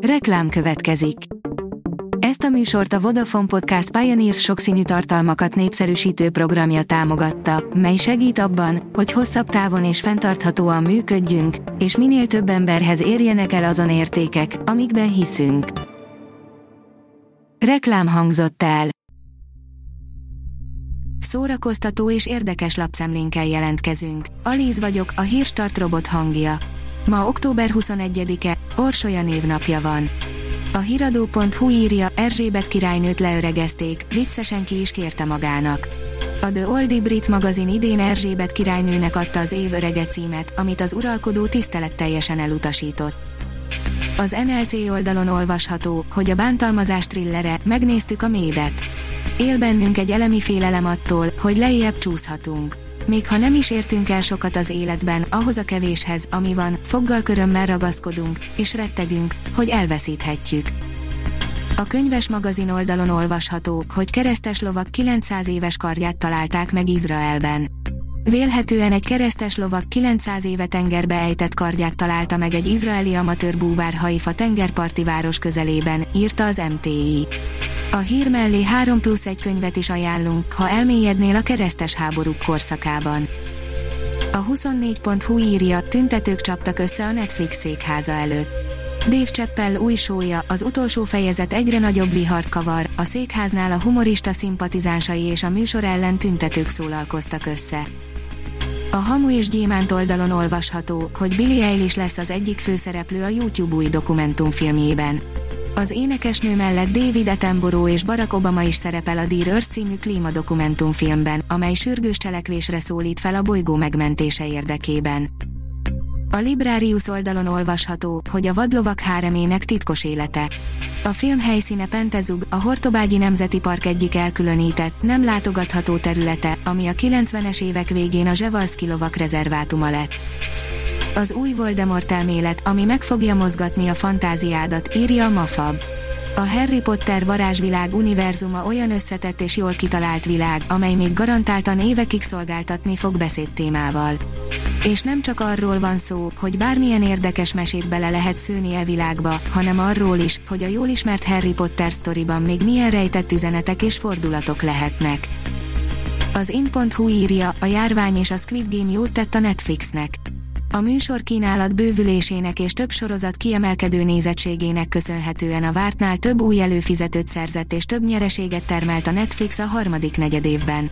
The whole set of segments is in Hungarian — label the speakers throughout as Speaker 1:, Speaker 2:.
Speaker 1: Reklám következik. Ezt a műsort a Vodafone Podcast Pioneers sokszínű tartalmakat népszerűsítő programja támogatta, mely segít abban, hogy hosszabb távon és fenntarthatóan működjünk, és minél több emberhez érjenek el azon értékek, amikben hiszünk. Reklám hangzott el. Szórakoztató és érdekes lapszemlénkkel jelentkezünk. Alíz vagyok, a Hírstart robot hangja. Ma október 21-e, Orsolya névnapja van. A hiradó.hu írja, Erzsébet királynőt leöregezték, viccesen ki is kérte magának. A The Oldie Brit magazin idén Erzsébet királynőnek adta az év örege címet, amit az uralkodó tiszteletteljesen elutasított. Az NLC oldalon olvasható, hogy a bántalmazás thrillere, megnéztük a Médet. Él bennünk egy elemi félelem attól, hogy lejjebb csúszhatunk. Még ha nem is értünk el sokat az életben, ahhoz a kevéshez, ami van, foggal körömmel ragaszkodunk, és rettegünk, hogy elveszíthetjük. A Könyves magazin oldalon olvasható, hogy keresztes lovak 900 éves kardját találták meg Izraelben. Vélhetően egy keresztes lovak 900 éve tengerbe ejtett kardját találta meg egy izraeli amatőr búvár Haifa tengerparti város közelében, írta az MTI. A hír mellé 3+1 könyvet is ajánlunk, ha elmélyednél a keresztes háborúk korszakában. A 24.hu írja, tüntetők csaptak össze a Netflix székháza előtt. Dave Chappelle új show-ja, az utolsó fejezet egyre nagyobb vihart kavar, a székháznál a humorista szimpatizánsai és a műsor ellen tüntetők szólalkoztak össze. A Hamu és Gyémánt oldalon olvasható, hogy Billie Eilish lesz az egyik főszereplő a YouTube új dokumentumfilmjében. Az énekesnő mellett David Attenborough és Barack Obama is szerepel a Dear Earth című klímadokumentumfilmben, amely sürgős cselekvésre szólít fel a bolygó megmentése érdekében. A Librarius oldalon olvasható, hogy a vadlovak háremének titkos élete. A film helyszíne Pentezug, a Hortobágyi Nemzeti Park egyik elkülönített, nem látogatható területe, ami a 90-es évek végén a Zsevalszky lovak rezervátuma lett. Az új Voldemort elmélet, ami meg fogja mozgatni a fantáziádat, írja a Mafab. A Harry Potter varázsvilág univerzuma olyan összetett és jól kitalált világ, amely még garantáltan évekig szolgáltatni fog beszédtémával. És nem csak arról van szó, hogy bármilyen érdekes mesét bele lehet szőni e világba, hanem arról is, hogy a jól ismert Harry Potter sztoriban még milyen rejtett üzenetek és fordulatok lehetnek. Az in.hu írja, a járvány és a Squid Game jót tett a Netflixnek. A műsor kínálat bővülésének és több sorozat kiemelkedő nézettségének köszönhetően a vártnál több új előfizetőt szerzett és több nyereséget termelt a Netflix a harmadik negyedévben.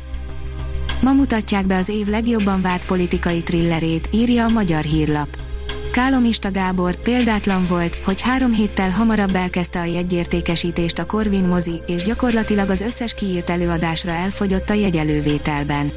Speaker 1: Ma mutatják be az év legjobban várt politikai thrillerét, írja a Magyar Hírlap. Kálomista Gábor példátlan volt, hogy 3 héttel hamarabb elkezdte a jegyértékesítést a Corvin mozi, és gyakorlatilag az összes kiírt előadásra elfogyott a jegyelővételben.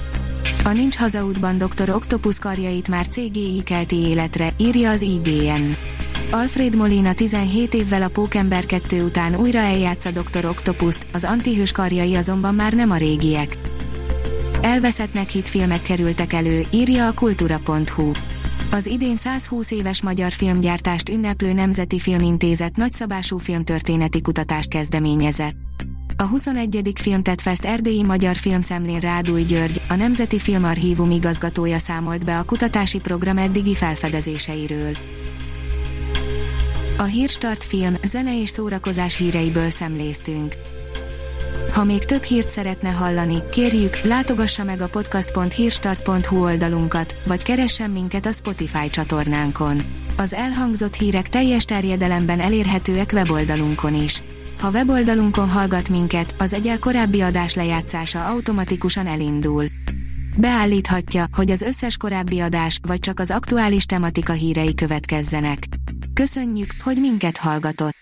Speaker 1: A Nincs hazaútban Dr. Octopus karjait már CGI kelti életre, írja az IGN. Alfred Molina 17 évvel a Pókember 2 után újra eljátsza Dr. Octopust, az antihős karjai azonban már nem a régiek. Elveszettnek hit filmek kerültek elő, írja a kultura.hu. Az idén 120 éves magyar filmgyártást ünneplő Nemzeti Filmintézet nagyszabású filmtörténeti kutatást kezdeményezett. A 21. Filmtetfest erdélyi magyar filmszemlén Rádúj György, a Nemzeti Filmarchívum igazgatója számolt be a kutatási program eddigi felfedezéseiről. A Hírstart film, zene és szórakozás híreiből szemléztünk. Ha még több hírt szeretne hallani, kérjük, látogassa meg a podcast.hírstart.hu oldalunkat, vagy keressen minket a Spotify csatornánkon. Az elhangzott hírek teljes terjedelemben elérhetőek weboldalunkon is. Ha weboldalunkon hallgat minket, az egyel korábbi adás lejátszása automatikusan elindul. Beállíthatja, hogy az összes korábbi adás, vagy csak az aktuális tematika hírei következzenek. Köszönjük, hogy minket hallgatott!